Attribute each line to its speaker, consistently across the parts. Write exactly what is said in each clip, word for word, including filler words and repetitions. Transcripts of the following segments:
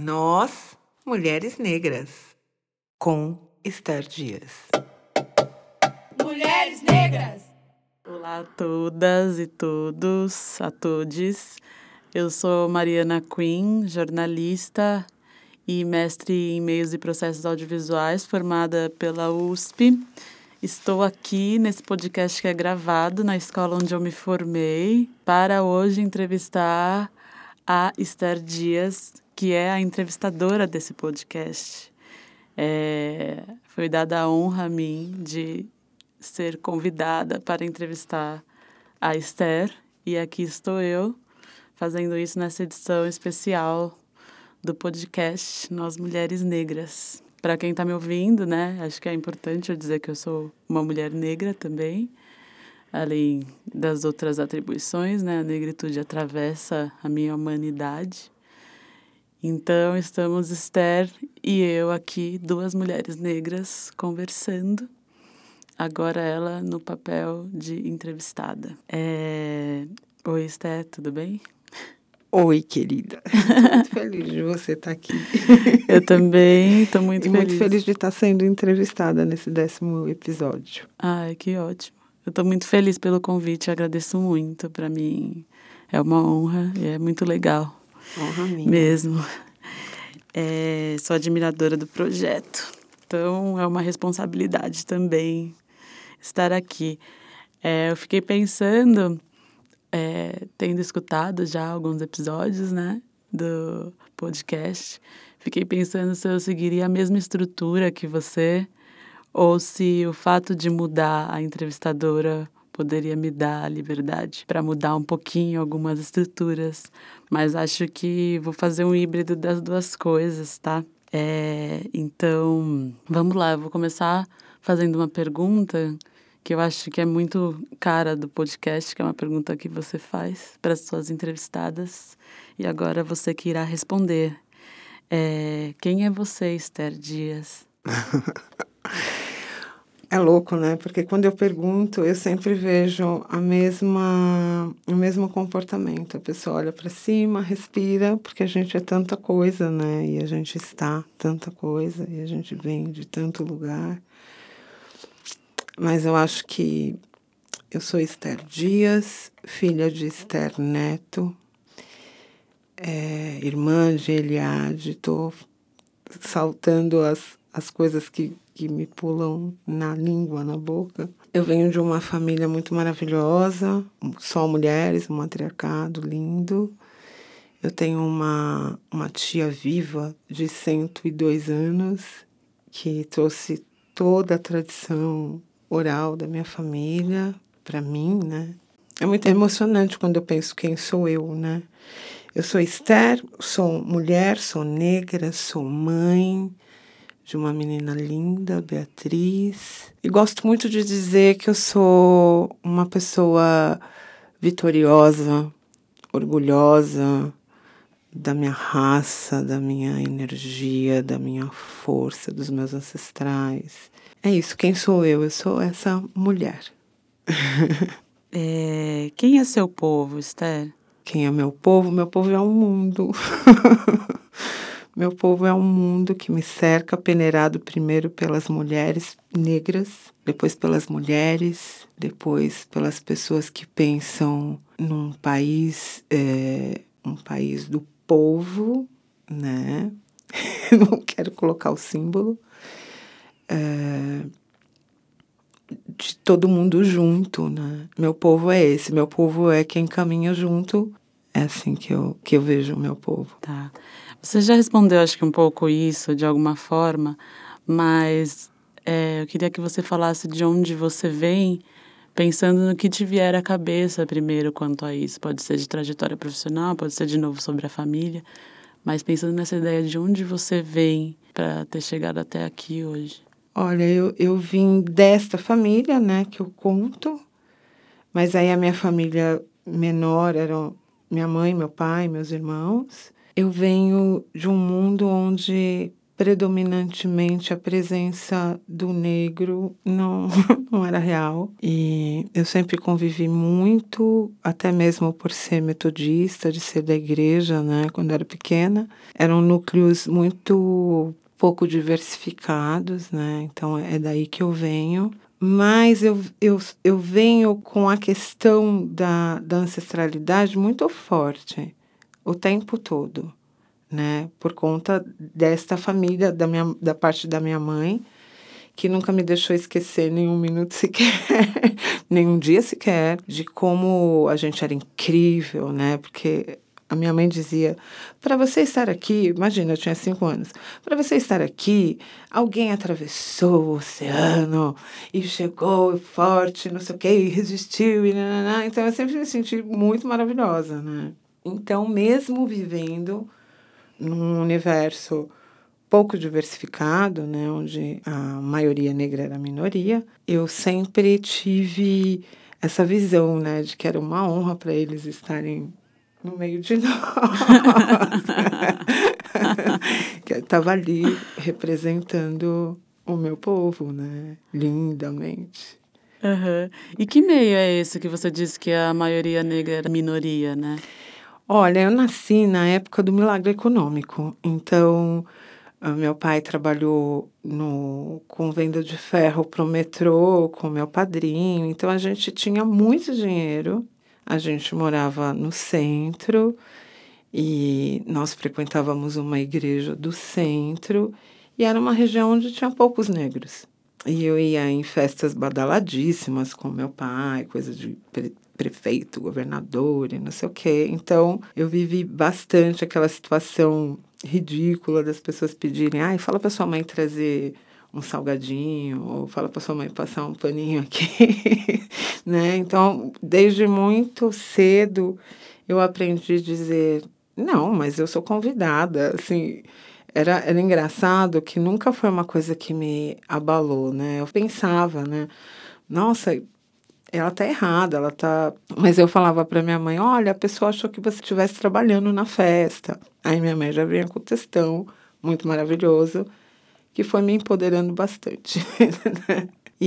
Speaker 1: Nós, Mulheres Negras, com Esther Dias.
Speaker 2: Mulheres Negras!
Speaker 3: Olá a todas e todos, a todes. Eu sou Mariana Quinn, jornalista e mestre em meios e processos audiovisuais, formada pela U S P. Estou aqui nesse podcast que é gravado na escola onde eu me formei para hoje entrevistar a Esther Dias, que é a entrevistadora desse podcast. É, foi dada a honra a mim de ser convidada para entrevistar a Esther, e aqui estou eu fazendo isso nessa edição especial do podcast Nós Mulheres Negras. Para quem está me ouvindo, né, acho que é importante eu dizer que eu sou uma mulher negra também, além das outras atribuições, né, a negritude atravessa a minha humanidade. Então, estamos Esther e eu aqui, duas mulheres negras, conversando. Agora ela no papel de entrevistada. É... Oi, Esther, tudo bem?
Speaker 1: Oi, querida. Estou muito feliz de você estar aqui.
Speaker 3: Eu também estou muito
Speaker 1: e
Speaker 3: feliz.
Speaker 1: E muito feliz de estar sendo entrevistada nesse décimo episódio.
Speaker 3: Ai, que ótimo. Eu estou muito feliz pelo convite, agradeço muito. Para mim é uma honra e é muito legal.
Speaker 1: Honra minha.
Speaker 3: Mesmo. É, sou admiradora do projeto. Então, é uma responsabilidade também estar aqui. É, eu fiquei pensando, é, tendo escutado já alguns episódios, né, do podcast, fiquei pensando se eu seguiria a mesma estrutura que você ou se o fato de mudar a entrevistadora poderia me dar a liberdade para mudar um pouquinho algumas estruturas. Mas acho que vou fazer um híbrido das duas coisas, tá? É, então, vamos lá. Eu vou começar fazendo uma pergunta que eu acho que é muito cara do podcast, que é uma pergunta que você faz para as suas entrevistadas. E agora você que irá responder. É, quem é você, Esther Dias?
Speaker 1: É louco, né? Porque quando eu pergunto, eu sempre vejo a mesma, o mesmo comportamento. A pessoa olha para cima, respira, porque a gente é tanta coisa, né? E a gente está tanta coisa, e a gente vem de tanto lugar. Mas eu acho que eu sou Esther Dias, filha de Esther Neto, é, irmã de Eliade. Estou saltando as, as coisas que que me pulam na língua, na boca. Eu venho de uma família muito maravilhosa, só mulheres, um matriarcado lindo. Eu tenho uma, uma tia viva de cento e dois anos, que trouxe toda a tradição oral da minha família para mim, né? É muito emocionante quando eu penso quem sou eu, né? Eu sou Esther, sou mulher, sou negra, sou mãe de uma menina linda, Beatriz. E gosto muito de dizer que eu sou uma pessoa vitoriosa, orgulhosa da minha raça, da minha energia, da minha força, dos meus ancestrais. É isso, quem sou eu? Eu sou essa mulher.
Speaker 3: É, quem é seu povo, Esther?
Speaker 1: Quem é meu povo? Meu povo é o mundo. Meu povo é um mundo que me cerca, peneirado primeiro pelas mulheres negras, depois pelas mulheres, depois pelas pessoas que pensam num país, é, um país do povo, né? Não quero colocar o símbolo. É, de todo mundo junto, né? Meu povo é esse, meu povo é quem caminha junto. É assim que eu, que eu vejo o meu povo.
Speaker 3: Tá. Você já respondeu, acho que um pouco isso, de alguma forma, mas é, eu queria que você falasse de onde você vem, pensando no que te vier à cabeça primeiro quanto a isso. Pode ser de trajetória profissional, pode ser de novo sobre a família, mas pensando nessa ideia de onde você vem para ter chegado até aqui hoje.
Speaker 1: Olha, eu, eu vim desta família, né, que eu conto, mas aí a minha família menor eram minha mãe, meu pai, meus irmãos. Eu venho de um mundo onde predominantemente a presença do negro não, não era real. E eu sempre convivi muito, até mesmo por ser metodista, de ser da igreja, né, quando eu era pequena. Eram núcleos muito pouco diversificados, né, então é daí que eu venho. Mas eu, eu, eu venho com a questão da, da ancestralidade muito forte, o tempo todo, né? Por conta desta família, da, minha, da parte da minha mãe, que nunca me deixou esquecer nenhum minuto sequer, nenhum dia sequer, de como a gente era incrível, né? Porque a minha mãe dizia, para você estar aqui, imagina, eu tinha cinco anos, para você estar aqui, alguém atravessou o oceano e chegou forte, não sei o quê, e resistiu, e nananã. Então eu sempre me senti muito maravilhosa, né? Então, mesmo vivendo num universo pouco diversificado, né, onde a maioria negra era a minoria, eu sempre tive essa visão, né, de que era uma honra para eles estarem no meio de nós. Que eu estava ali representando o meu povo, né, lindamente.
Speaker 3: Uhum. E que meio é esse que você disse que a maioria negra era minoria, né?
Speaker 1: Olha, eu nasci na época do milagre econômico, então meu pai trabalhou no, com venda de ferro para o metrô, com meu padrinho, então a gente tinha muito dinheiro, a gente morava no centro e nós frequentávamos uma igreja do centro e era uma região onde tinha poucos negros. E eu ia em festas badaladíssimas com meu pai, coisa de pre- prefeito, governador e não sei o quê. Então, eu vivi bastante aquela situação ridícula das pessoas pedirem, ai, fala para sua mãe trazer um salgadinho, ou fala para sua mãe passar um paninho aqui, né? Então, desde muito cedo, eu aprendi a dizer, não, mas eu sou convidada, assim... Era, era engraçado que nunca foi uma coisa que me abalou, né? Eu pensava, né? Nossa, ela tá errada, ela tá... Mas eu falava para minha mãe, olha, a pessoa achou que você estivesse trabalhando na festa. Aí minha mãe já vinha com o textão, muito maravilhoso, que foi me empoderando bastante. Né?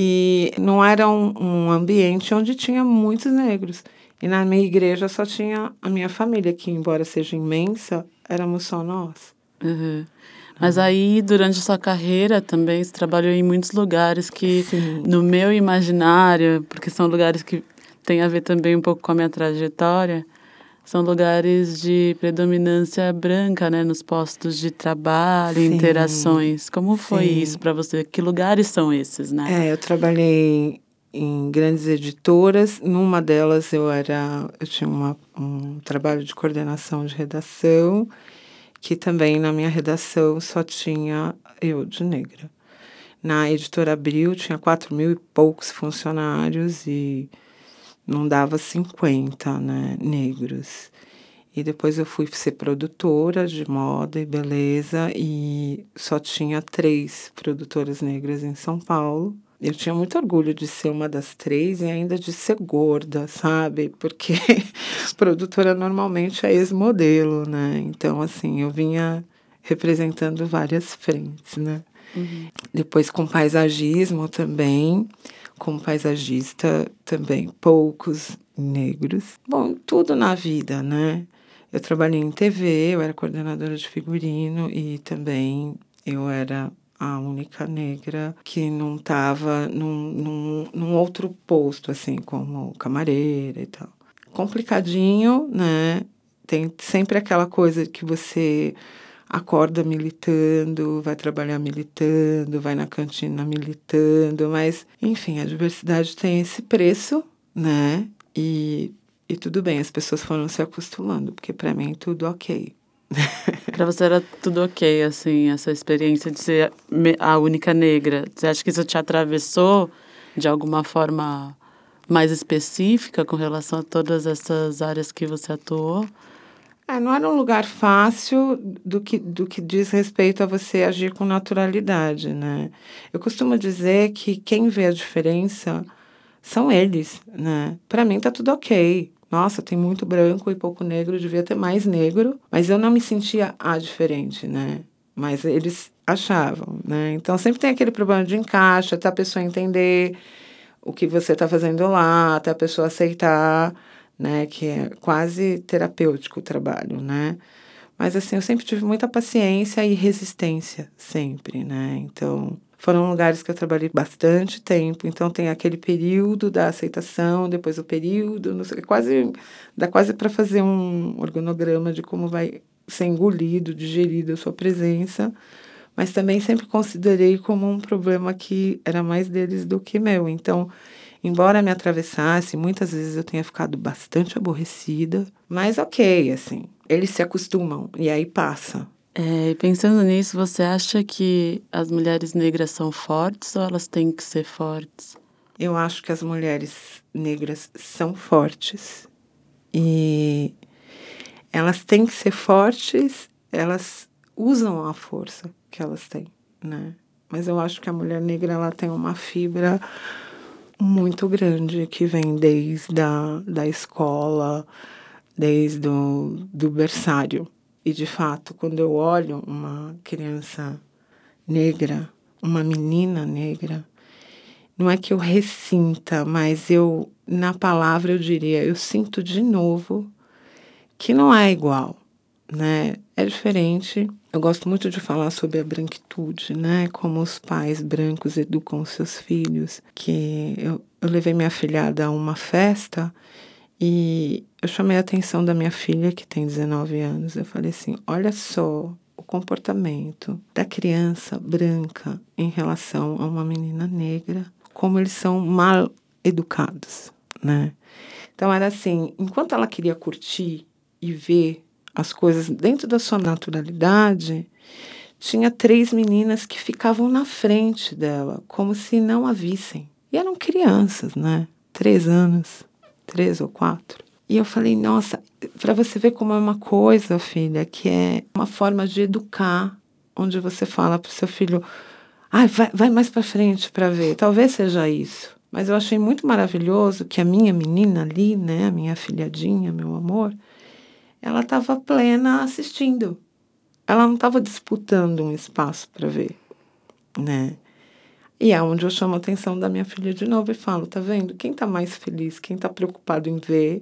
Speaker 1: E não era um, um ambiente onde tinha muitos negros. E na minha igreja só tinha a minha família, que embora seja imensa, éramos só nós.
Speaker 3: Uhum. Mas aí, durante a sua carreira também, você trabalhou em muitos lugares que,
Speaker 1: Sim.
Speaker 3: no meu imaginário, porque são lugares que têm a ver também um pouco com a minha trajetória, são lugares de predominância branca, né? Nos postos de trabalho,
Speaker 1: Sim.
Speaker 3: interações. Como foi
Speaker 1: Sim.
Speaker 3: isso para você? Que lugares são esses, né?
Speaker 1: É, eu trabalhei em grandes editoras. Numa delas eu era, eu tinha uma, um trabalho de coordenação de redação, que também na minha redação só tinha eu de negra. Na editora Abril tinha quatro mil e poucos funcionários e não dava cinquenta, né, negros. E depois eu fui ser produtora de moda e beleza e só tinha três produtoras negras em São Paulo. Eu tinha muito orgulho de ser uma das três e ainda de ser gorda, sabe? Porque produtora normalmente é ex-modelo, né? Então, assim, eu vinha representando várias frentes, né?
Speaker 3: Uhum.
Speaker 1: Depois com paisagismo também, como paisagista também, poucos negros. Bom, tudo na vida, né? Eu trabalhei em T V, eu era coordenadora de figurino e também eu era a única negra que não estava num, num, num outro posto, assim, como camareira e tal. Complicadinho, né? Tem sempre aquela coisa que você acorda militando, vai trabalhar militando, vai na cantina militando, mas, enfim, a diversidade tem esse preço, né? E, e tudo bem, as pessoas foram se acostumando, porque para mim tudo ok.
Speaker 3: Para você era tudo ok, assim, essa experiência de ser a única negra. Você acha que isso te atravessou de alguma forma mais específica com relação a todas essas áreas que você atuou?
Speaker 1: É, não era um lugar fácil do que, do que diz respeito a você agir com naturalidade, né? Eu costumo dizer que quem vê a diferença são eles, né? Para mim tá tudo ok. Nossa, tem muito branco e pouco negro, devia ter mais negro, mas eu não me sentia a diferente, né? Mas eles achavam, né? Então, sempre tem aquele problema de encaixe, até a pessoa entender o que você está fazendo lá, até a pessoa aceitar, né? Que é quase terapêutico o trabalho, né? Mas, assim, eu sempre tive muita paciência e resistência, sempre, né? Então, foram lugares que eu trabalhei bastante tempo. Então, tem aquele período da aceitação, depois o período, não sei, quase, dá quase para fazer um organograma de como vai ser engolido, digerido a sua presença. Mas também sempre considerei como um problema que era mais deles do que meu. Então, embora me atravessasse, muitas vezes eu tenha ficado bastante aborrecida, mas ok, assim, eles se acostumam e aí passa.
Speaker 3: É, e pensando nisso, você acha que as mulheres negras são fortes ou elas têm que ser fortes?
Speaker 1: Eu acho que as mulheres negras são fortes e elas têm que ser fortes, elas usam a força que elas têm, né? Mas eu acho que a mulher negra, ela tem uma fibra muito grande que vem desde a da escola, desde o do berçário. E, de fato, quando eu olho uma criança negra, uma menina negra, não é que eu ressinta, mas eu, na palavra, eu diria, eu sinto de novo que não é igual, né? É diferente. Eu gosto muito de falar sobre a branquitude, né? Como os pais brancos educam os seus filhos. Que eu, eu levei minha filhada a uma festa e eu chamei a atenção da minha filha, que tem dezenove anos. Eu falei assim, olha só o comportamento da criança branca em relação a uma menina negra, como eles são mal educados, né? Então, era assim, enquanto ela queria curtir e ver as coisas dentro da sua naturalidade, tinha três meninas que ficavam na frente dela, como se não a vissem. E eram crianças, né? Três anos, três ou quatro. E eu falei, nossa, para você ver como é uma coisa, filha, que é uma forma de educar, onde você fala para o seu filho, ai, vai, vai mais para frente para ver, talvez seja isso. Mas eu achei muito maravilhoso que a minha menina ali, né, a minha filhadinha, meu amor, ela estava plena assistindo. Ela não estava disputando um espaço para ver, né? E é onde eu chamo a atenção da minha filha de novo e falo, tá vendo? Quem está mais feliz, quem está preocupado em ver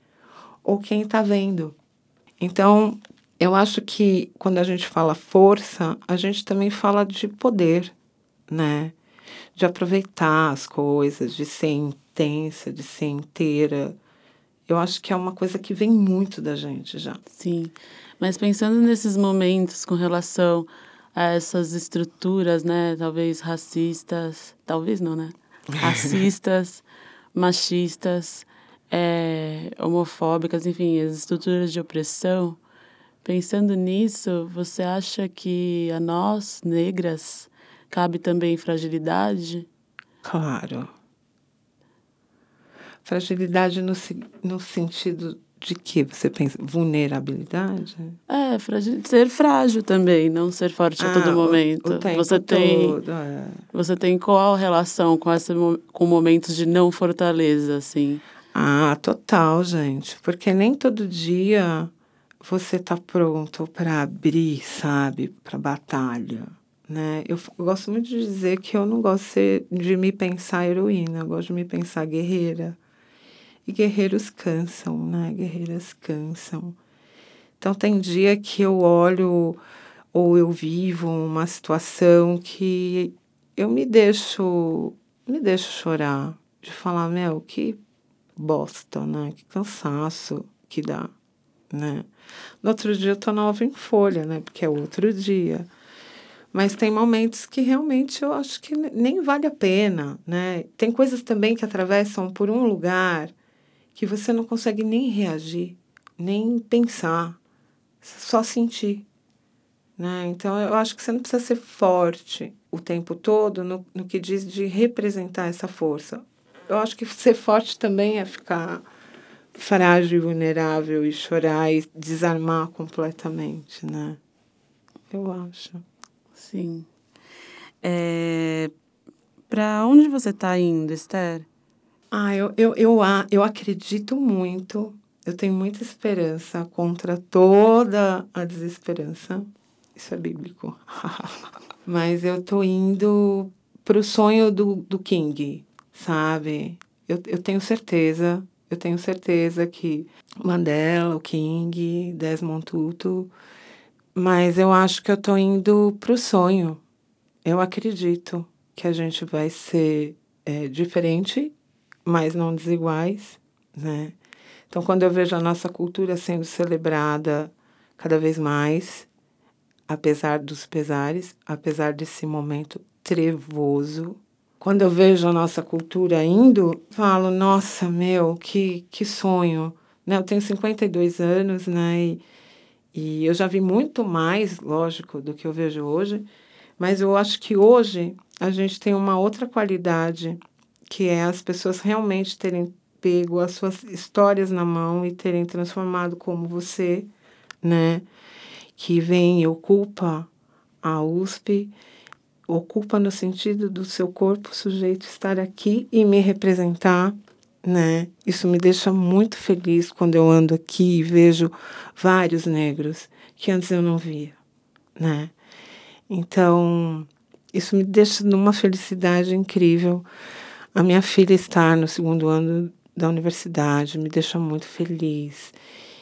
Speaker 1: ou quem está vendo? Então, eu acho que quando a gente fala força, a gente também fala de poder, né? De aproveitar as coisas, de ser intensa, de ser inteira. Eu acho que é uma coisa que vem muito da gente já.
Speaker 3: Sim, mas pensando nesses momentos com relação a essas estruturas, né, talvez racistas, talvez não, né, racistas, machistas, é, homofóbicas, enfim, as estruturas de opressão, pensando nisso, você acha que a nós, negras, cabe também fragilidade?
Speaker 1: Claro. Fragilidade no, no sentido de que você pensa? Vulnerabilidade?
Speaker 3: É, fragil, ser frágil também, não ser forte a todo
Speaker 1: Ah,
Speaker 3: momento.
Speaker 1: o, o tempo
Speaker 3: você tem,
Speaker 1: todo. É.
Speaker 3: você tem qual relação com essa, com momentos de não fortaleza, assim?
Speaker 1: Ah, total, gente. Porque nem todo dia você tá pronto para abrir, sabe? Para batalha, né? Eu, eu gosto muito de dizer que eu não gosto de, ser, de me pensar heroína, eu gosto de me pensar guerreira. E guerreiros cansam, né? Guerreiras cansam. Então, tem dia que eu olho ou eu vivo uma situação que eu me deixo, me deixo chorar. De falar, meu, que bosta, né? Que cansaço que dá, né? No outro dia eu tô nova em folha, né? Porque é outro dia. Mas tem momentos que realmente eu acho que nem vale a pena, né? Tem coisas também que atravessam por um lugar que você não consegue nem reagir, nem pensar, só sentir, né? Então, eu acho que você não precisa ser forte o tempo todo no, no que diz de representar essa força. Eu acho que ser forte também é ficar frágil, vulnerável e chorar e desarmar completamente, né? Eu acho.
Speaker 3: Sim. É, para onde você está indo, Esther?
Speaker 1: Ah, eu, eu, eu, a- eu acredito muito, eu tenho muita esperança contra toda a desesperança. Isso é bíblico. Mas eu tô indo pro sonho do, do King, sabe? Eu, eu tenho certeza, eu tenho certeza que Mandela, o King, Desmond Tutu, mas eu acho que eu tô indo pro sonho. Eu acredito que a gente vai ser é, diferente, mas não desiguais, né? Então, quando eu vejo a nossa cultura sendo celebrada cada vez mais, apesar dos pesares, apesar desse momento trevoso, quando eu vejo a nossa cultura indo, falo, nossa, meu, que, que sonho. Né? Eu tenho cinquenta e dois anos, né? E, e eu já vi muito mais, lógico, do que eu vejo hoje, mas eu acho que hoje a gente tem uma outra qualidade, que é as pessoas realmente terem pego as suas histórias na mão e terem transformado como você, né? Que vem e ocupa a U S P, ocupa no sentido do seu corpo sujeito estar aqui e me representar, né? Isso me deixa muito feliz quando eu ando aqui e vejo vários negros que antes eu não via, né? Então, isso me deixa numa felicidade incrível. A minha filha estar no segundo ano da universidade me deixa muito feliz.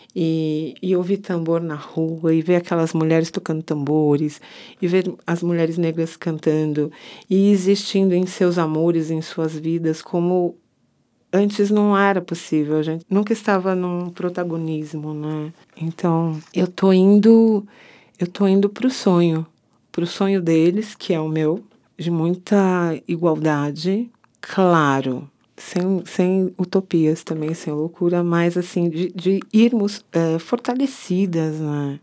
Speaker 1: E, e ouvir tambor na rua, e ver aquelas mulheres tocando tambores, e ver as mulheres negras cantando, e existindo em seus amores, em suas vidas, como antes não era possível. A gente nunca estava num protagonismo, né? Então, eu tô indo, eu tô indo pro sonho, pro sonho deles, que é o meu, de muita igualdade, claro, sem, sem utopias também, sem loucura, mas assim, de, de irmos é, fortalecidas, né?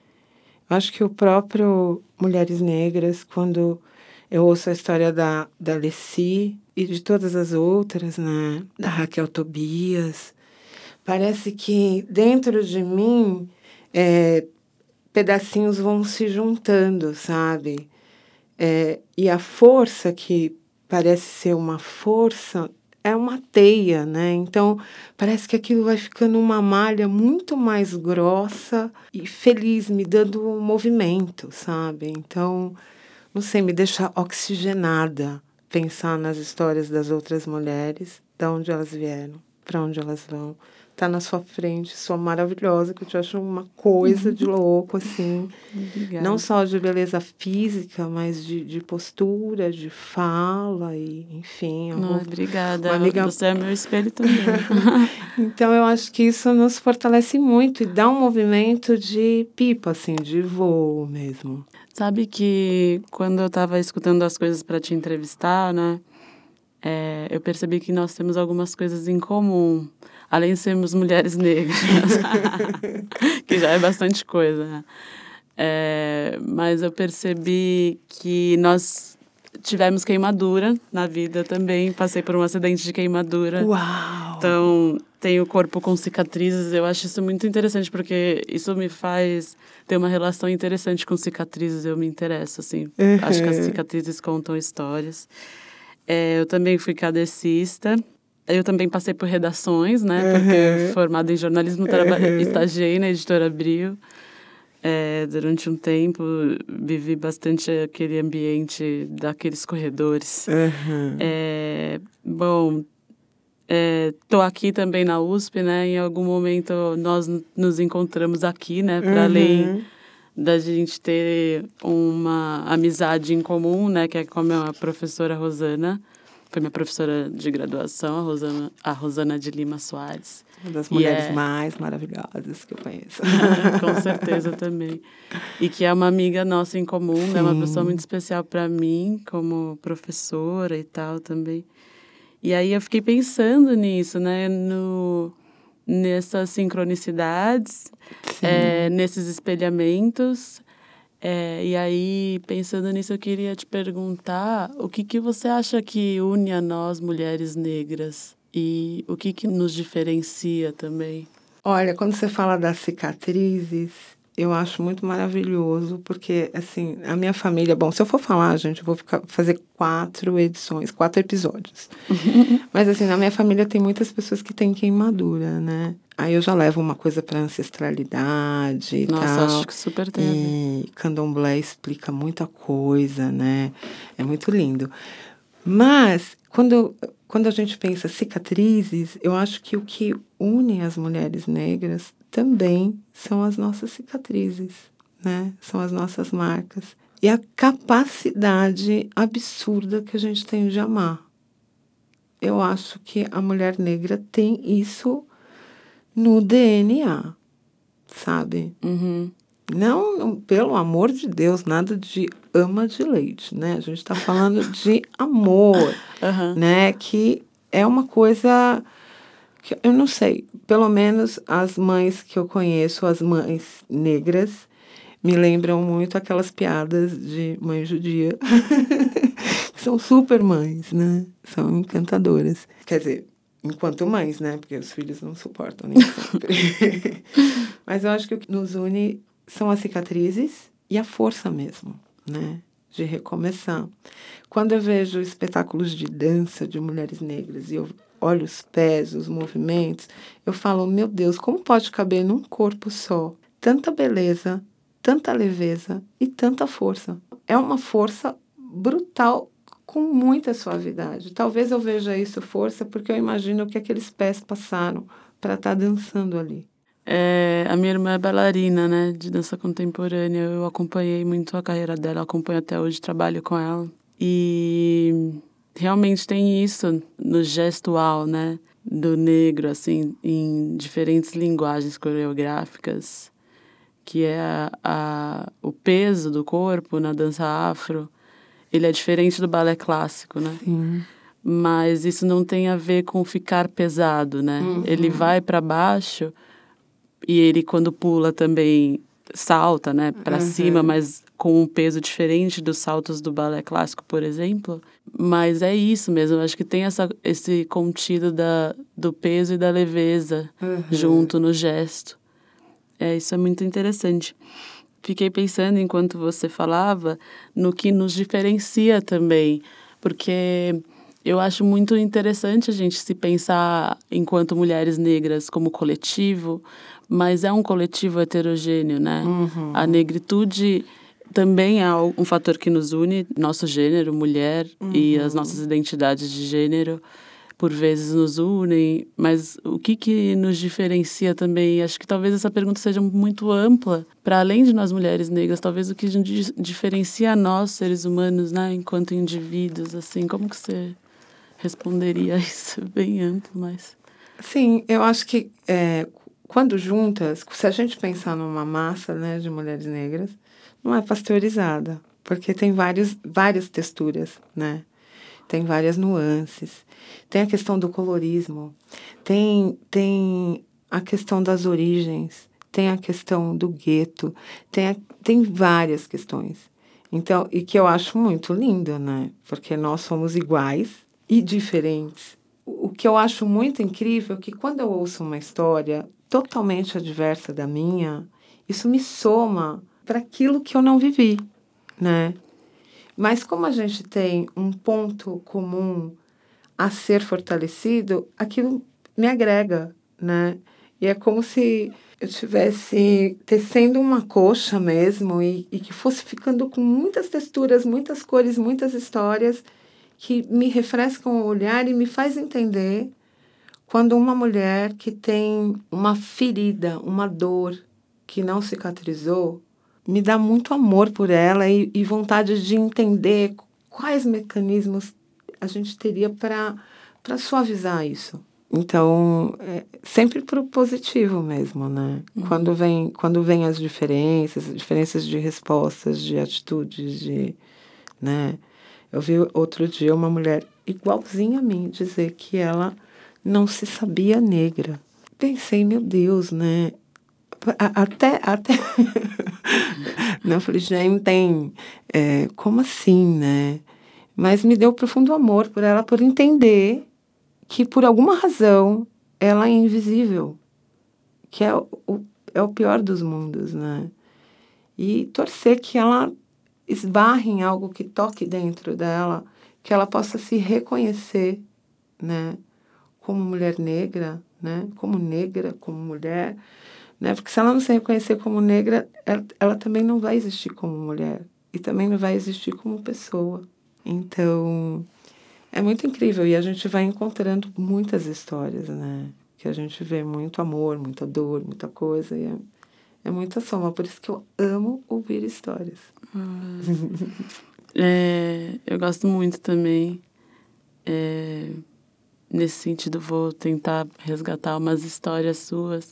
Speaker 1: Acho que o próprio Mulheres Negras, quando eu ouço a história da, da Leci e de todas as outras, né? Da Raquel Tobias, parece que dentro de mim é, pedacinhos vão se juntando, sabe? É, e a força que parece ser uma força é uma teia, né? Então, parece que aquilo vai ficando uma malha muito mais grossa e feliz, me dando um movimento, sabe? Então, não sei, me deixa oxigenada pensar nas histórias das outras mulheres, de onde elas vieram, para onde elas vão. Tá na sua frente, sua maravilhosa, que eu te acho uma coisa de louco, assim.
Speaker 3: Obrigada.
Speaker 1: Não só de beleza física, mas de, de postura, de fala, e enfim. Eu
Speaker 3: Não,
Speaker 1: vou...
Speaker 3: obrigada.
Speaker 1: Uma amiga...
Speaker 3: Você é meu espelho também.
Speaker 1: Então, eu acho que isso nos fortalece muito e dá um movimento de pipa, assim, de voo mesmo.
Speaker 3: Sabe que quando eu estava escutando as coisas para te entrevistar, né? É, eu percebi que nós temos algumas coisas em comum, além de sermos mulheres negras, que já é bastante coisa, né? É, mas eu percebi que nós tivemos queimadura na vida também, passei por um acidente de queimadura.
Speaker 1: Uau!
Speaker 3: Então, tenho o corpo com cicatrizes, eu acho isso muito interessante, porque isso me faz ter uma relação interessante com cicatrizes, eu me interesso, assim. Uhum. Acho que as cicatrizes contam histórias. É, eu também fui cadecista. Eu também passei por redações, né? Uhum. Porque formada em jornalismo, uhum. Estagiei na Editora Abril. É, durante um tempo, vivi bastante aquele ambiente daqueles corredores. Uhum. É, bom, estou é, aqui também na U S P, né? Em algum momento nós nos encontramos aqui, né? Para uhum. além da gente ter uma amizade em comum, né, que é com a professora Rosana, foi minha professora de graduação, a Rosana, a Rosana de Lima Soares.
Speaker 1: Uma das mulheres é... mais maravilhosas que eu conheço.
Speaker 3: Com certeza também. E que é uma amiga nossa em comum, sim. Né, uma pessoa muito especial para mim, como professora e tal também. E aí eu fiquei pensando nisso, né, no... nessas sincronicidades, é, nesses espelhamentos. É, e aí, pensando nisso, eu queria te perguntar o que, que você acha que une a nós, mulheres negras? E o que, que nos diferencia também?
Speaker 1: Olha, quando você fala das cicatrizes, eu acho muito maravilhoso, porque, assim, a minha família... Bom, se eu for falar, gente, eu vou ficar, fazer quatro edições, quatro episódios. Mas, assim, na minha família tem muitas pessoas que têm queimadura, né? Aí eu já levo uma coisa para ancestralidade e
Speaker 3: Nossa,
Speaker 1: tal.
Speaker 3: acho que super tem a ver.
Speaker 1: E candomblé explica muita coisa, né? É muito lindo. Mas, quando, quando a gente pensa cicatrizes, eu acho que o que une as mulheres negras também são as nossas cicatrizes, né? São as nossas marcas. E a capacidade absurda que a gente tem de amar. Eu acho que a mulher negra tem isso no D N A, sabe?
Speaker 3: Uhum.
Speaker 1: Não, não, pelo amor de Deus, nada de ama de leite, né? A gente está falando de amor,
Speaker 3: Uhum.
Speaker 1: né? Que é uma coisa que eu não sei, pelo menos as mães que eu conheço, as mães negras, me lembram muito aquelas piadas de mãe judia. São super mães, né? São encantadoras. Quer dizer, enquanto mães, né? Porque os filhos não suportam nem sempre. Mas eu acho que o que nos une são as cicatrizes e a força mesmo, né? De recomeçar. Quando eu vejo espetáculos de dança de mulheres negras e eu olho os pés, os movimentos, eu falo, meu Deus, como pode caber num corpo só tanta beleza, tanta leveza e tanta força? É uma força brutal, com muita suavidade. Talvez eu veja isso força porque eu imagino que aqueles pés passaram para estar dançando ali.
Speaker 3: É, a minha irmã é bailarina, né, de dança contemporânea. Eu acompanhei muito a carreira dela, acompanho até hoje, trabalho com ela. E realmente tem isso no gestual, né, do negro, assim, em diferentes linguagens coreográficas, que é a, a, o peso do corpo na dança afro. Ele é diferente do balé clássico, né?
Speaker 1: Sim.
Speaker 3: Mas isso não tem a ver com ficar pesado, né?
Speaker 1: Uhum.
Speaker 3: Ele vai para baixo e ele, quando pula, também salta, né, para
Speaker 1: Uhum.
Speaker 3: cima, mas com um peso diferente dos saltos do balé clássico, por exemplo. Mas é isso mesmo, eu acho que tem essa, esse contido da, do peso e da leveza
Speaker 1: Uhum.
Speaker 3: junto no gesto. É, isso é muito interessante. Fiquei pensando, enquanto você falava, no que nos diferencia também, porque eu acho muito interessante a gente se pensar enquanto mulheres negras como coletivo, mas é um coletivo heterogêneo, né?
Speaker 1: Uhum.
Speaker 3: A negritude também é um fator que nos une, nosso gênero, mulher,
Speaker 1: Uhum.
Speaker 3: e as nossas identidades de gênero por vezes nos unem, mas o que que nos diferencia também? Acho que talvez essa pergunta seja muito ampla, para além de nós mulheres negras, talvez o que diferencia nós, seres humanos, né, enquanto indivíduos, assim, como que você responderia a isso? Bem amplo, mas...
Speaker 1: Sim, eu acho que é, quando juntas, se a gente pensar numa massa, né, de mulheres negras, não é pasteurizada, porque tem vários, várias texturas, né? Tem várias nuances. Tem a questão do colorismo, tem, tem a questão das origens, tem a questão do gueto, tem, a, tem várias questões. Então, e que eu acho muito lindo, né? Porque nós somos iguais e diferentes. O que eu acho muito incrível é que quando eu ouço uma história totalmente adversa da minha, isso me soma para aquilo que eu não vivi, né? Mas como a gente tem um ponto comum a ser fortalecido, aquilo me agrega, né? E é como se eu estivesse tecendo uma coxa mesmo e, e que fosse ficando com muitas texturas, muitas cores, muitas histórias que me refrescam o olhar e me faz entender quando uma mulher que tem uma ferida, uma dor que não cicatrizou, me dá muito amor por ela e, e vontade de entender quais mecanismos a gente teria para para suavizar isso. Então, é sempre para o positivo mesmo, né? Uhum. Quando vem, quando vem as diferenças, diferenças de respostas, de atitudes, de, né? Eu vi outro dia uma mulher igualzinha a mim dizer que ela não se sabia negra. Pensei, meu Deus, né? Até, até... Não, eu falei, gente, tem... É, como assim, né? Mas me deu profundo amor por ela, por entender que, por alguma razão, ela é invisível. Que é o, é o pior dos mundos, né? E torcer que ela esbarre em algo que toque dentro dela, que ela possa se reconhecer, né? Como mulher negra, né? Como negra, como mulher, né? Porque se ela não se reconhecer como negra, ela, ela também não vai existir como mulher e também não vai existir como pessoa. Então, é muito incrível e a gente vai encontrando muitas histórias, né? Que a gente vê muito amor, muita dor, muita coisa e é, é muita soma. Por isso que eu amo ouvir histórias.
Speaker 3: Ah, é, eu gosto muito também. É, nesse sentido, vou tentar resgatar umas histórias suas.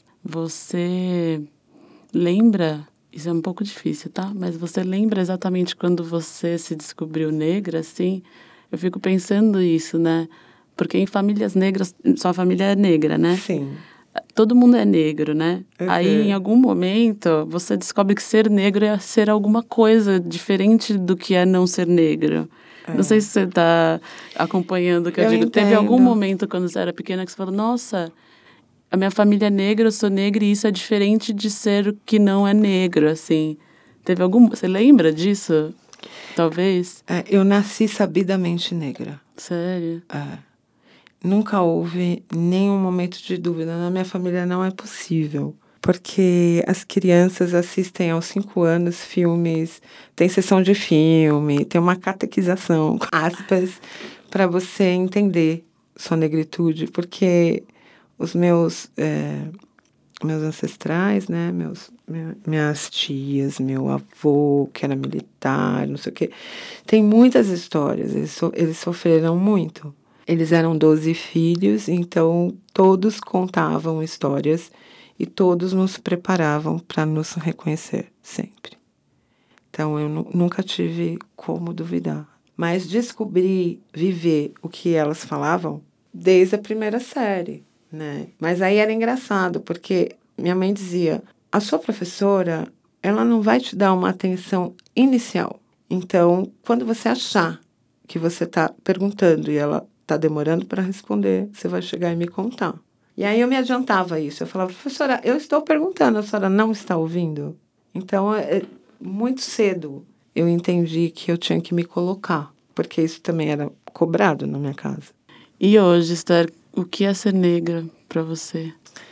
Speaker 3: Você lembra, isso é um pouco difícil, tá? Mas você lembra exatamente quando você se descobriu negra, assim? Eu fico pensando isso, né? Porque em famílias negras, sua família é negra, né?
Speaker 1: Sim.
Speaker 3: Todo mundo é negro, né?
Speaker 1: Uhum.
Speaker 3: Aí, em algum momento, você descobre que ser negro é ser alguma coisa diferente do que é não ser negro.
Speaker 1: É.
Speaker 3: Não sei se você está acompanhando o que eu,
Speaker 1: Eu
Speaker 3: digo.
Speaker 1: entendo.
Speaker 3: Teve algum momento, quando você era pequena, que você falou, nossa, a minha família é negra, eu sou negra e isso é diferente de ser o que não é negro, assim. Teve algum... Você lembra disso? Talvez?
Speaker 1: É, eu nasci sabidamente negra.
Speaker 3: Sério?
Speaker 1: É. Nunca houve nenhum momento de dúvida. Na minha família não é possível. Porque as crianças assistem aos cinco anos filmes, tem sessão de filme, tem uma catequização, aspas, para você entender sua negritude. Porque os meus, é, meus ancestrais, né, meus, minha, minhas tias, meu avô, que era militar, não sei o quê, tem muitas histórias, eles, so, eles sofreram muito. Eles eram doze filhos, então todos contavam histórias e todos nos preparavam para nos reconhecer, sempre. Então, eu nu- nunca tive como duvidar. Mas descobri viver o que elas falavam desde a primeira série, né? Mas aí era engraçado, porque minha mãe dizia, a sua professora, ela não vai te dar uma atenção inicial. Então, quando você achar que você está perguntando e ela está demorando para responder, você vai chegar e me contar. E aí eu me adiantava isso. Eu falava, professora, eu estou perguntando, a senhora não está ouvindo? Então, é, muito cedo eu entendi que eu tinha que me colocar, porque isso também era cobrado na minha casa.
Speaker 3: E hoje, Esther, o que é ser negra para você?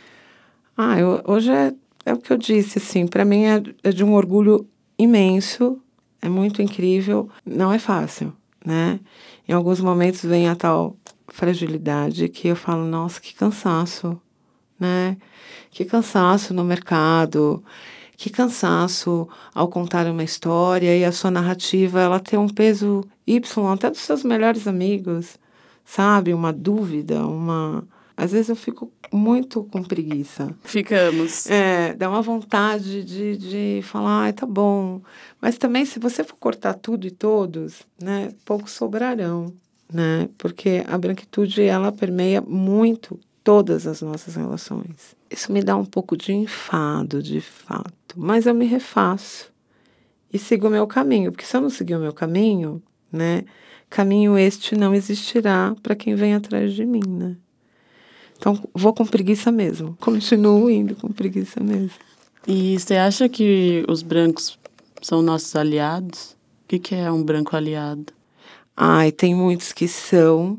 Speaker 1: Ah, eu, hoje é, é o que eu disse, assim, para mim é, é de um orgulho imenso, é muito incrível, não é fácil, né? Em alguns momentos vem a tal fragilidade que eu falo, nossa, que cansaço, né? Que cansaço no mercado, que cansaço ao contar uma história e a sua narrativa, ela tem um peso Y até dos seus melhores amigos, sabe? Uma dúvida, uma... Às vezes eu fico muito com preguiça.
Speaker 3: Ficamos.
Speaker 1: É, dá uma vontade de, de falar, ai, tá bom. Mas também, se você for cortar tudo e todos, né, poucos sobrarão, né? Porque a branquitude, ela permeia muito todas as nossas relações. Isso me dá um pouco de enfado, de fato. Mas eu me refaço e sigo o meu caminho. Porque se eu não seguir o meu caminho, né, caminho este não existirá para quem vem atrás de mim, né? Então, vou com preguiça mesmo. Continuo indo com preguiça mesmo.
Speaker 3: E você acha que os brancos são nossos aliados? O que, que é um branco aliado?
Speaker 1: Ai, tem muitos que são,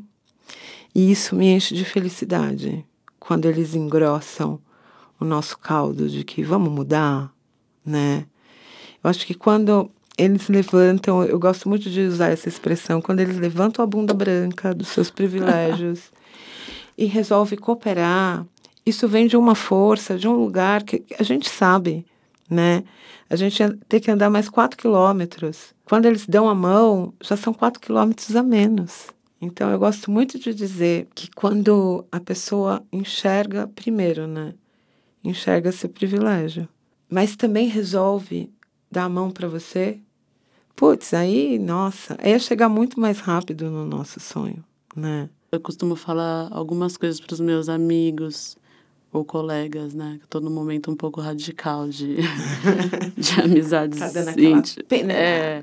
Speaker 1: e isso me enche de felicidade. Quando eles engrossam o nosso caldo de que vamos mudar, né? Eu acho que quando eles levantam, eu gosto muito de usar essa expressão, quando eles levantam a bunda branca dos seus privilégios e resolve cooperar, isso vem de uma força, de um lugar que a gente sabe, né? A gente tem que andar mais quatro quilômetros. Quando eles dão a mão, já são quatro quilômetros a menos. Então, eu gosto muito de dizer que quando a pessoa enxerga, primeiro, né? Enxerga seu privilégio. Mas também resolve dar a mão para você. Putz, aí, nossa, aí é chegar muito mais rápido no nosso sonho, né?
Speaker 3: Eu costumo falar algumas coisas para os meus amigos ou colegas, né? Estou num momento um pouco radical de, de amizades.
Speaker 1: Tá dando aquela
Speaker 3: íntimas.
Speaker 1: pena.
Speaker 3: É.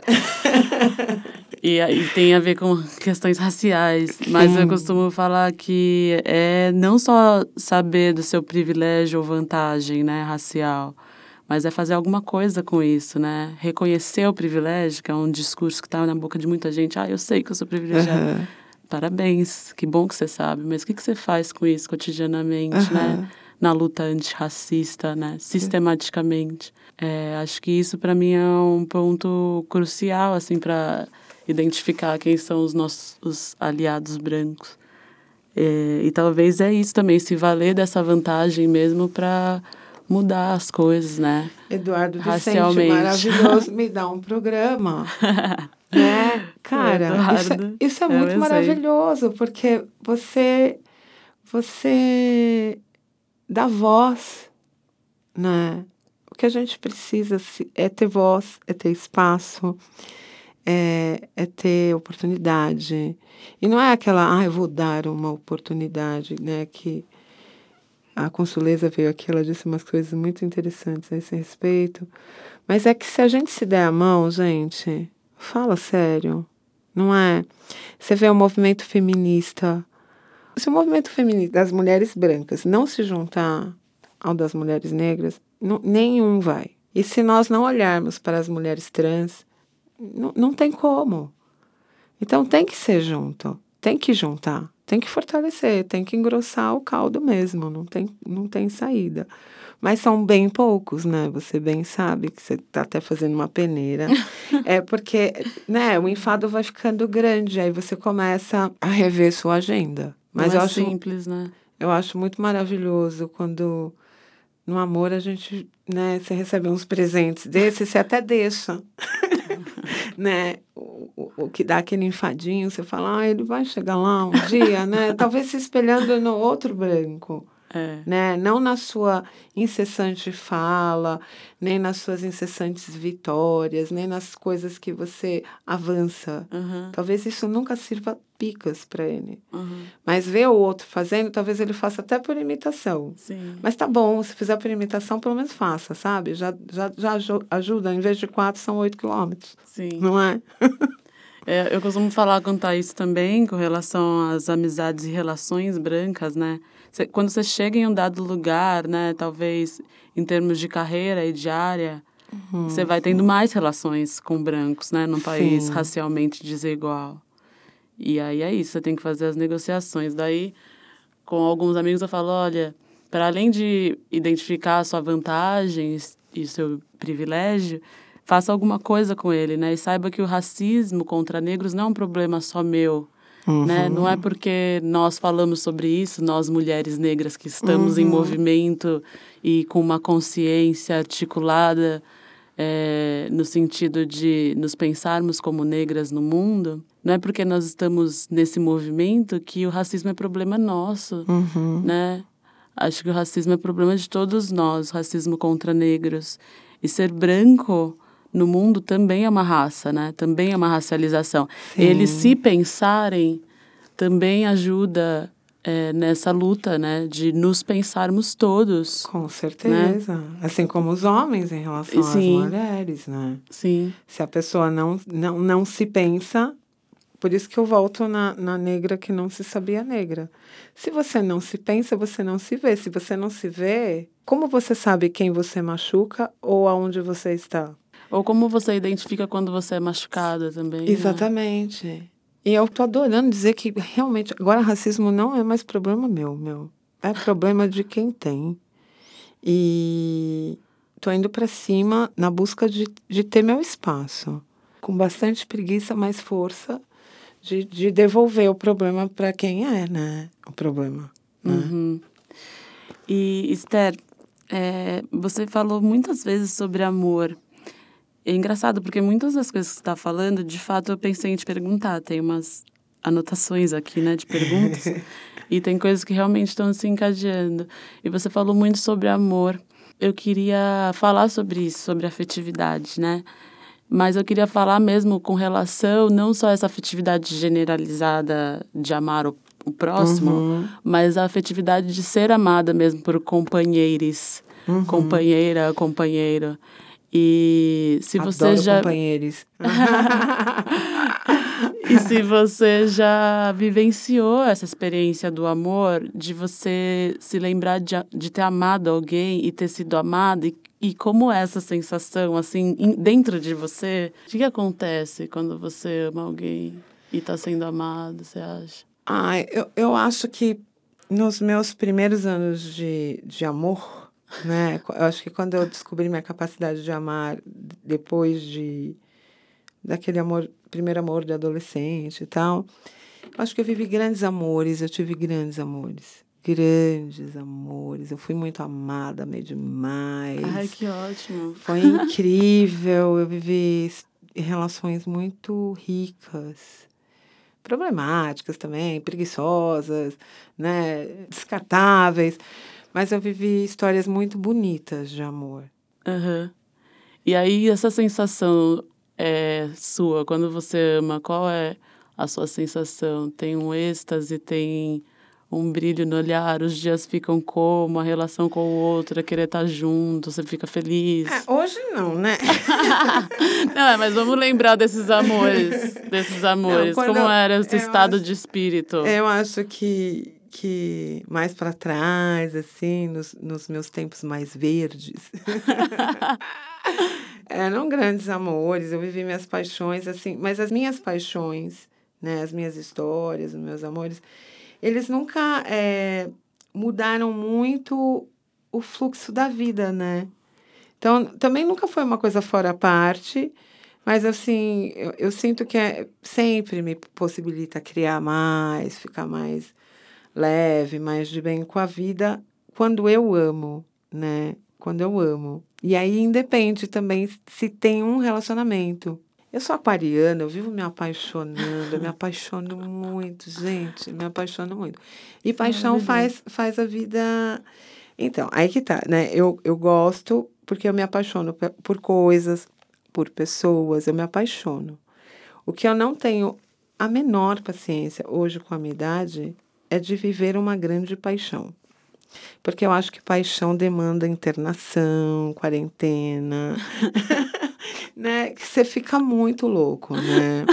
Speaker 3: E aí tem a ver com questões raciais. Mas
Speaker 1: Sim.
Speaker 3: eu costumo falar que é não só saber do seu privilégio ou vantagem, né, racial, mas é fazer alguma coisa com isso, né? Reconhecer o privilégio, que é um discurso que está na boca de muita gente. Ah, eu sei que eu sou privilegiada.
Speaker 1: Uhum.
Speaker 3: parabéns, que bom que você sabe, mas o que, que você faz com isso cotidianamente,
Speaker 1: Uhum.
Speaker 3: né? Na luta antirracista, né? Sistematicamente. É, acho que isso, para mim, é um ponto crucial, assim, para identificar quem são os nossos os aliados brancos. É, e talvez é isso também, se valer dessa vantagem mesmo para mudar as coisas, né?
Speaker 1: Eduardo Vicente,
Speaker 3: Racialmente.
Speaker 1: maravilhoso, me dá um programa. Né? Cara, isso, é-
Speaker 3: Eduardo
Speaker 1: isso é
Speaker 3: é um
Speaker 1: muito
Speaker 3: exemplo.
Speaker 1: maravilhoso, porque você, você dá voz, né? O que a gente precisa se- é ter voz, é ter espaço, é, é ter oportunidade. E não é aquela, ah, eu vou dar uma oportunidade, né? Que a Consuleza veio aqui, ela disse umas coisas muito interessantes a esse respeito. Mas é que se a gente se der a mão, gente, fala sério, não é? Você vê o movimento feminista. Se o movimento feminista das mulheres brancas não se juntar ao das mulheres negras, não, nenhum vai. E se nós não olharmos para as mulheres trans, não, não tem como. Então tem que ser junto, tem que juntar, tem que fortalecer, tem que engrossar o caldo mesmo, não tem, não tem saída. Mas são bem poucos, né? Você bem sabe que você está até fazendo uma peneira. É porque, né, o enfado vai ficando grande, aí você começa a rever sua agenda. Mas
Speaker 3: Não
Speaker 1: eu
Speaker 3: é
Speaker 1: acho,
Speaker 3: simples, né?
Speaker 1: eu acho muito maravilhoso quando no amor a gente, né, você recebe uns presentes desses, você até deixa. Né? O, o, o que dá aquele enfadinho, você fala, ah, ele vai chegar lá um dia, né? Talvez se espelhando no outro branco.
Speaker 3: É.
Speaker 1: Né? Não na sua incessante fala, nem nas suas incessantes vitórias, nem nas coisas que você avança.
Speaker 3: Uhum.
Speaker 1: Talvez isso nunca sirva picas para ele.
Speaker 3: Uhum.
Speaker 1: Mas ver o outro fazendo, talvez ele faça até por imitação.
Speaker 3: Sim.
Speaker 1: Mas tá bom, se fizer por imitação, pelo menos faça, sabe? Já, já, já aju- ajuda, em vez de quatro, são oito quilômetros.
Speaker 3: Sim.
Speaker 1: Não é?
Speaker 3: É, eu costumo falar, contar isso também com relação às amizades e relações brancas, né? Cê, quando você chega em um dado lugar, né, talvez em termos de carreira e de área, você vai tendo mais relações com brancos, né, num país
Speaker 1: Sim.
Speaker 3: racialmente desigual. E aí é isso, você tem que fazer as negociações. Daí, com alguns amigos, eu falo, olha, para além de identificar a sua vantagem e seu privilégio, faça alguma coisa com ele, né? E saiba que o racismo contra negros não é um problema só meu,
Speaker 1: Uhum.
Speaker 3: né? Não é porque nós falamos sobre isso, nós mulheres negras que estamos
Speaker 1: Uhum.
Speaker 3: em movimento e com uma consciência articulada é, no sentido de nos pensarmos como negras no mundo, não é porque nós estamos nesse movimento que o racismo é problema nosso,
Speaker 1: Uhum.
Speaker 3: né? Acho que o racismo é problema de todos nós, o racismo contra negros. E ser branco no mundo também é uma raça, né? Também é uma racialização.
Speaker 1: Sim.
Speaker 3: Eles se pensarem também ajuda é, nessa luta, né? De nos pensarmos todos.
Speaker 1: Com certeza. Né? Assim como os homens em relação
Speaker 3: Sim.
Speaker 1: às mulheres, né?
Speaker 3: Sim.
Speaker 1: Se a pessoa não, não, não se pensa, por isso que eu volto na, na negra que não se sabia negra. Se você não se pensa, você não se vê. Se você não se vê, como você sabe quem você machuca ou aonde você está?
Speaker 3: Ou como você identifica quando você é machucada também.
Speaker 1: Exatamente.
Speaker 3: Né?
Speaker 1: E eu tô adorando dizer que realmente agora racismo não é mais problema meu, meu. É problema de quem tem. E tô indo para cima na busca de, de ter meu espaço. Com bastante preguiça, mas força de, de devolver o problema para quem é, né? O problema. Né?
Speaker 3: Uhum. E, Esther, é, você falou muitas vezes sobre amor. É engraçado, porque muitas das coisas que você está falando, de fato, eu pensei em te perguntar. Tem umas anotações aqui, né, de perguntas. E tem coisas que realmente estão se encadeando. E você falou muito sobre amor. Eu queria falar sobre isso, sobre afetividade, né? Mas eu queria falar mesmo com relação, não só essa afetividade generalizada de amar o, o próximo,
Speaker 1: Uhum.
Speaker 3: mas a afetividade de ser amada mesmo por companheiros,
Speaker 1: Uhum.
Speaker 3: companheira, companheiro. E se você
Speaker 1: Adoro
Speaker 3: já
Speaker 1: companheiros.
Speaker 3: E se você já vivenciou essa experiência do amor, de você se lembrar de, de ter amado alguém e ter sido amado, e, e como é essa sensação, assim, in, dentro de você? O que acontece quando você ama alguém? e tá sendo amado, você acha?
Speaker 1: Ah, eu, eu acho que nos meus primeiros anos de, de amor, né? Eu acho que quando eu descobri minha capacidade de amar depois de daquele amor, primeiro amor de adolescente e tal, eu acho que eu vivi grandes amores, eu tive grandes amores. Grandes amores. Eu fui muito amada, amei demais.
Speaker 3: Ai, que ótimo.
Speaker 1: Foi incrível. Eu vivi relações muito ricas. Problemáticas também, preguiçosas, né? Descartáveis. Mas eu vivi histórias muito bonitas de amor.
Speaker 3: Uhum. E aí, essa sensação é sua, quando você ama, qual é a sua sensação? Tem um êxtase, tem um brilho no olhar, os dias ficam como, a relação com o outro, é querer estar junto, você fica feliz?
Speaker 1: É, hoje não, né?
Speaker 3: Não, mas vamos lembrar desses amores, desses amores.
Speaker 1: Não,
Speaker 3: Como
Speaker 1: eu,
Speaker 3: era esse estado
Speaker 1: acho,
Speaker 3: de espírito?
Speaker 1: Eu acho que, que mais para trás, assim, nos, nos meus tempos mais verdes, eram grandes amores, eu vivi minhas paixões, assim, mas as minhas paixões, né, as minhas histórias, os meus amores, eles nunca é, mudaram muito o fluxo da vida, né? Então, também nunca foi uma coisa fora a parte, mas, assim, eu, eu sinto que é, sempre me possibilita criar mais, ficar mais leve, mais de bem com a vida, quando eu amo, né? Quando eu amo. E aí independe também se tem um relacionamento. Eu sou aquariana, eu vivo me apaixonando, eu me apaixono muito, gente, me apaixono muito. E paixão faz, faz a vida... Então, aí que tá, né? Eu, eu gosto porque eu me apaixono por, por coisas, por pessoas, eu me apaixono. O que eu não tenho a menor paciência hoje com a minha idade é de viver uma grande paixão. Porque eu acho que paixão demanda internação, quarentena, né? Que você fica muito louco, né?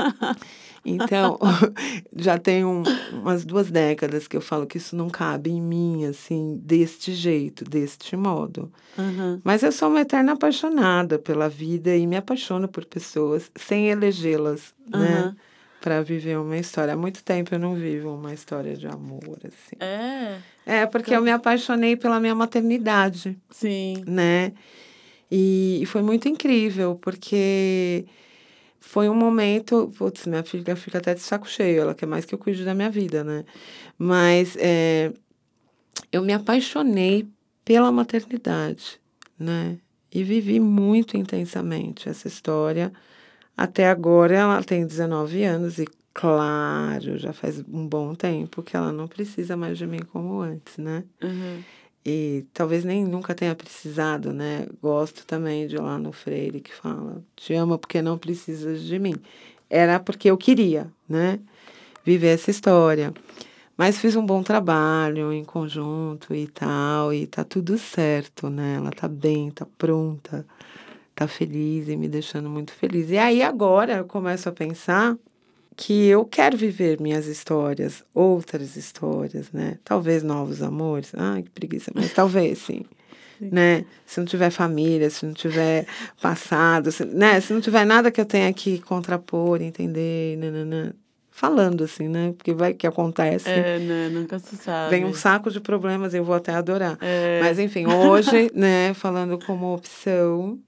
Speaker 1: Então, já tem um, umas duas décadas que eu falo que isso não cabe em mim, assim, deste jeito, deste modo.
Speaker 3: Uhum.
Speaker 1: Mas eu sou uma eterna apaixonada pela vida e me apaixono por pessoas sem elegê-las, né?
Speaker 3: Uhum.
Speaker 1: Para viver uma história. Há muito tempo eu não vivo uma história de amor, assim.
Speaker 3: É?
Speaker 1: É, porque eu me apaixonei pela minha maternidade,
Speaker 3: Sim.
Speaker 1: né? E, e foi muito incrível, porque foi um momento... Putz, minha filha fica até de saco cheio, ela quer mais que eu cuide da minha vida, né? Mas é, eu me apaixonei pela maternidade, né? E vivi muito intensamente essa história. Até agora ela tem dezenove anos e, claro, já faz um bom tempo que ela não precisa mais de mim como antes, né?
Speaker 3: Uhum.
Speaker 1: E talvez nem nunca tenha precisado, né? Gosto também de ir lá no Freire que fala, te amo porque não precisas de mim. Era porque eu queria, né? Viver essa história. Mas fiz um bom trabalho em conjunto e tal, e tá tudo certo, né? Ela tá bem, tá pronta, tá feliz e me deixando muito feliz. E aí agora eu começo a pensar que eu quero viver minhas histórias, outras histórias, né? Talvez novos amores. Ai, que preguiça, mas talvez, sim. Sim. Né? Se não tiver família, se não tiver passado, se, né? Se não tiver nada que eu tenha que contrapor, entender, nananã. Falando assim, né? Porque vai que acontece.
Speaker 3: É, né? Nunca se sabe.
Speaker 1: Vem um saco de problemas e eu vou até adorar.
Speaker 3: É.
Speaker 1: Mas, enfim, hoje, né? Falando como opção...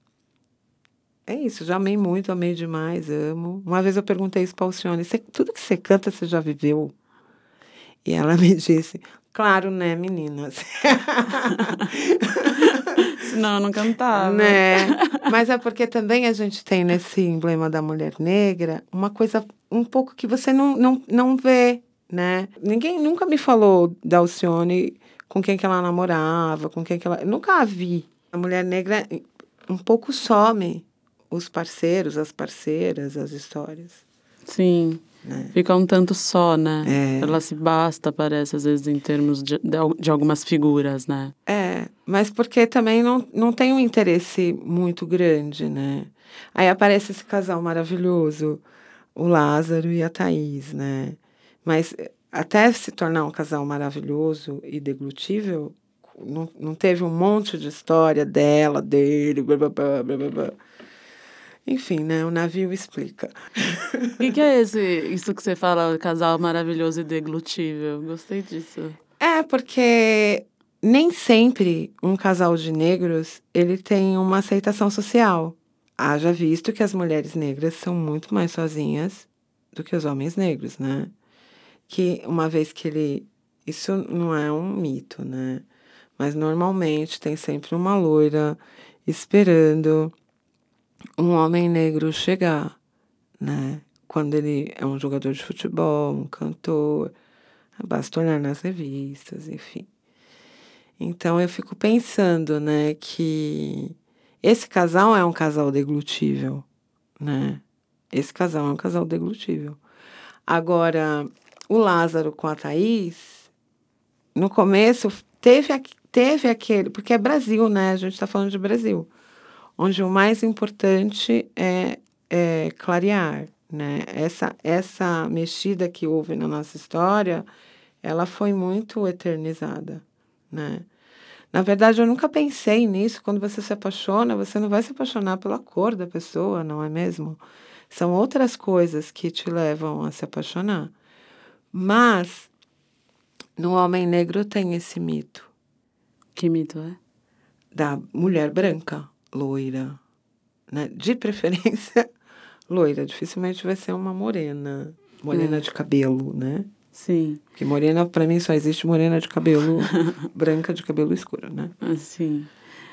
Speaker 1: É isso, já amei muito, amei demais, amo. Uma vez eu perguntei isso para Alcione, tudo que você canta, você já viveu? E ela me disse, claro, né, meninas?
Speaker 3: Senão eu não cantava.
Speaker 1: Né? Mas é porque também a gente tem nesse emblema da mulher negra uma coisa um pouco que você não, não, não vê, né? Ninguém nunca me falou da Alcione com quem que ela namorava, com quem que ela... Eu nunca a vi. A mulher negra um pouco some os parceiros, as parceiras, as histórias.
Speaker 3: Sim. Né? Fica um tanto só, né?
Speaker 1: É.
Speaker 3: Ela se basta, parece, às vezes, em termos de, de, de algumas figuras, né?
Speaker 1: É, mas porque também não, não tem um interesse muito grande, né? Aí aparece esse casal maravilhoso, o Lázaro e a Thaís, né? Mas até se tornar um casal maravilhoso e deglutível, não, não teve um monte de história dela, dele, blá, blá, blá, blá, blá. Enfim, né? O navio explica.
Speaker 3: O que, que é esse, isso que você fala, casal maravilhoso e deglutível? Gostei disso.
Speaker 1: É, porque nem sempre um casal de negros ele tem uma aceitação social. Haja visto que as mulheres negras são muito mais sozinhas do que os homens negros, né? Que uma vez que ele... Isso não é um mito, né? Mas normalmente tem sempre uma loira esperando um homem negro chegar, né? Quando ele é um jogador de futebol, um cantor, basta olhar nas revistas, enfim. Então eu fico pensando, né, que esse casal é um casal deglutível, né? Esse casal é um casal deglutível. Agora, o Lázaro com a Thaís, no começo teve, teve aquele, porque é Brasil, né? A gente está falando de Brasil, onde o mais importante é, é clarear, né? Essa, essa mexida que houve na nossa história, ela foi muito eternizada, né? Na verdade, eu nunca pensei nisso. Quando você se apaixona, você não vai se apaixonar pela cor da pessoa, não é mesmo? São outras coisas que te levam a se apaixonar. Mas, no homem negro tem esse mito.
Speaker 3: Que mito é?
Speaker 1: Da mulher branca, loira, né? De preferência, loira. Dificilmente vai ser uma morena. Morena é. de cabelo, né?
Speaker 3: Sim.
Speaker 1: Porque morena, para mim, só existe morena de cabelo branca de cabelo escuro, né?
Speaker 3: Sim.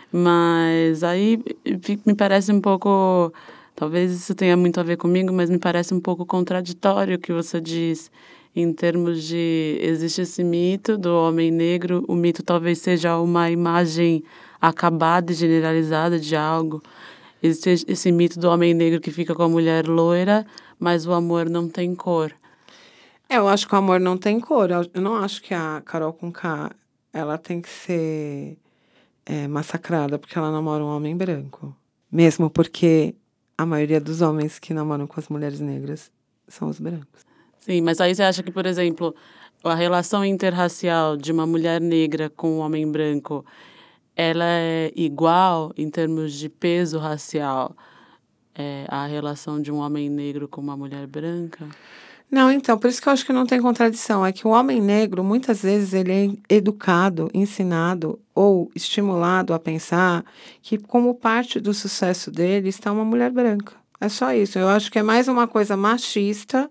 Speaker 3: Mas aí me parece um pouco... Talvez isso tenha muito a ver comigo, mas me parece um pouco contraditório o que você diz em termos de... Existe esse mito do homem negro, o mito talvez seja uma imagem acabada e generalizada de algo. Existe esse mito do homem negro que fica com a mulher loira, mas o amor não tem cor.
Speaker 1: É, eu acho que o amor não tem cor. Eu não acho que a Carol Conká, ela tem que ser é, massacrada porque ela namora um homem branco. Mesmo porque a maioria dos homens que namoram com as mulheres negras são os brancos.
Speaker 3: Sim, mas aí você acha que, por exemplo, a relação interracial de uma mulher negra com um homem branco, ela é igual em termos de peso racial é, à relação de um homem negro com uma mulher branca?
Speaker 1: Não, então, por isso que eu acho que não tem contradição. É que o homem negro, muitas vezes, ele é educado, ensinado ou estimulado a pensar que, como parte do sucesso dele, está uma mulher branca. É só isso. Eu acho que é mais uma coisa machista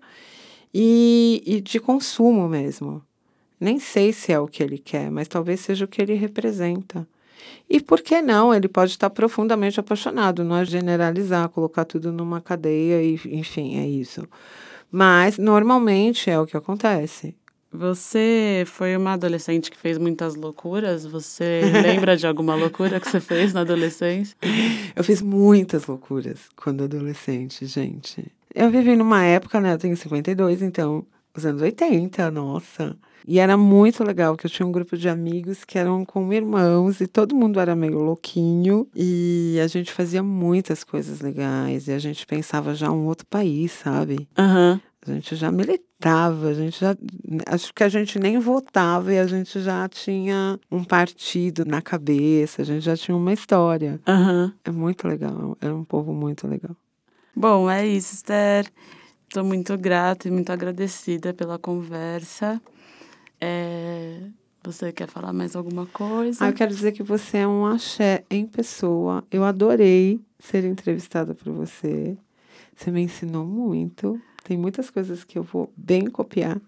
Speaker 1: e, e de consumo mesmo. Nem sei se é o que ele quer, mas talvez seja o que ele representa. E por que não? Ele pode estar profundamente apaixonado, não é generalizar, colocar tudo numa cadeia e, enfim, é isso. Mas, normalmente, é o que acontece.
Speaker 3: Você foi uma adolescente que fez muitas loucuras? Você lembra de alguma loucura que você fez na adolescência?
Speaker 1: Eu fiz muitas loucuras quando adolescente, gente. Eu vivi numa época, né? Eu tenho cinquenta e dois, então, os anos oitenta, nossa. E era muito legal, que eu tinha um grupo de amigos que eram como irmãos e todo mundo era meio louquinho. E a gente fazia muitas coisas legais e a gente pensava já um outro país, sabe?
Speaker 3: Aham.
Speaker 1: A gente já militava, a gente já... Acho que a gente nem votava e a gente já tinha um partido na cabeça, a gente já tinha uma história.
Speaker 3: Aham.
Speaker 1: É muito legal, era um povo muito legal.
Speaker 3: Bom, é isso, Esther. Estou muito grata e muito agradecida pela conversa. É... Você quer falar mais alguma coisa?
Speaker 1: Ah, eu quero dizer que você é um axé em pessoa. Eu adorei ser entrevistada por você. Você me ensinou muito. Tem muitas coisas que eu vou bem copiar.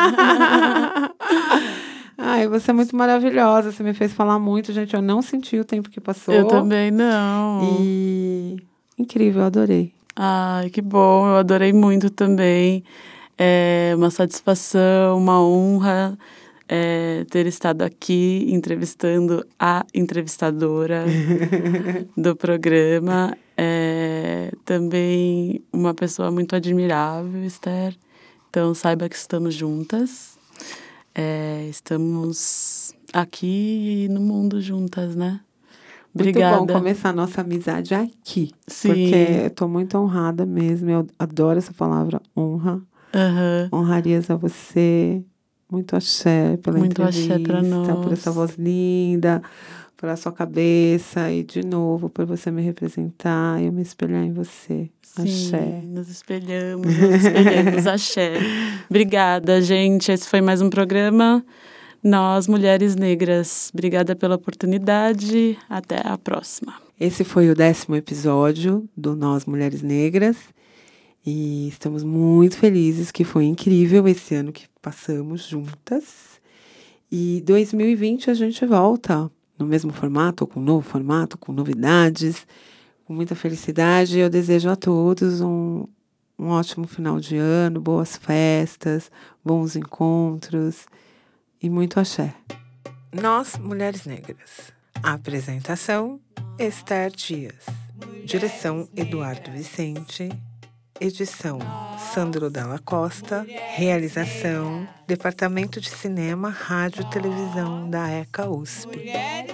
Speaker 1: Ai, você é muito maravilhosa. Você me fez falar muito, gente. Eu não senti o tempo que passou.
Speaker 3: Eu também não.
Speaker 1: E incrível, eu adorei.
Speaker 3: Ai, que bom. Eu adorei muito também. É uma satisfação, uma honra é, ter estado aqui entrevistando a entrevistadora do programa. É, também uma pessoa muito admirável, Esther. Então, saiba que estamos juntas. É, estamos aqui e no mundo juntas, né? Obrigada.
Speaker 1: Muito bom começar a nossa amizade aqui.
Speaker 3: Sim.
Speaker 1: Porque eu tô muito honrada mesmo. Eu adoro essa palavra, honra.
Speaker 3: Uhum.
Speaker 1: Honrarias a você. Muito axé pela
Speaker 3: muito
Speaker 1: entrevista,
Speaker 3: axé pra nós.
Speaker 1: por essa voz linda, pela sua cabeça e, de novo, por você me representar e eu me espelhar em você.
Speaker 3: Sim,
Speaker 1: Axé.
Speaker 3: nos espelhamos, nos espelhamos. Axé. Obrigada, gente. Esse foi mais um programa Nós, Mulheres Negras. Obrigada pela oportunidade. Até a próxima.
Speaker 1: Esse foi o décimo episódio do Nós, Mulheres Negras. E estamos muito felizes, que foi incrível esse ano que passamos juntas. E dois mil e vinte a gente volta no mesmo formato, ou com um novo formato, com novidades, com muita felicidade. Eu desejo a todos um, um ótimo final de ano, boas festas, bons encontros e muito axé. Nós, Mulheres Negras. Apresentação, Esther Dias. Direção, Eduardo Vicente. Edição, Sandro Dalla Costa. Realização, Departamento de Cinema, Rádio e Televisão da ECA U S P.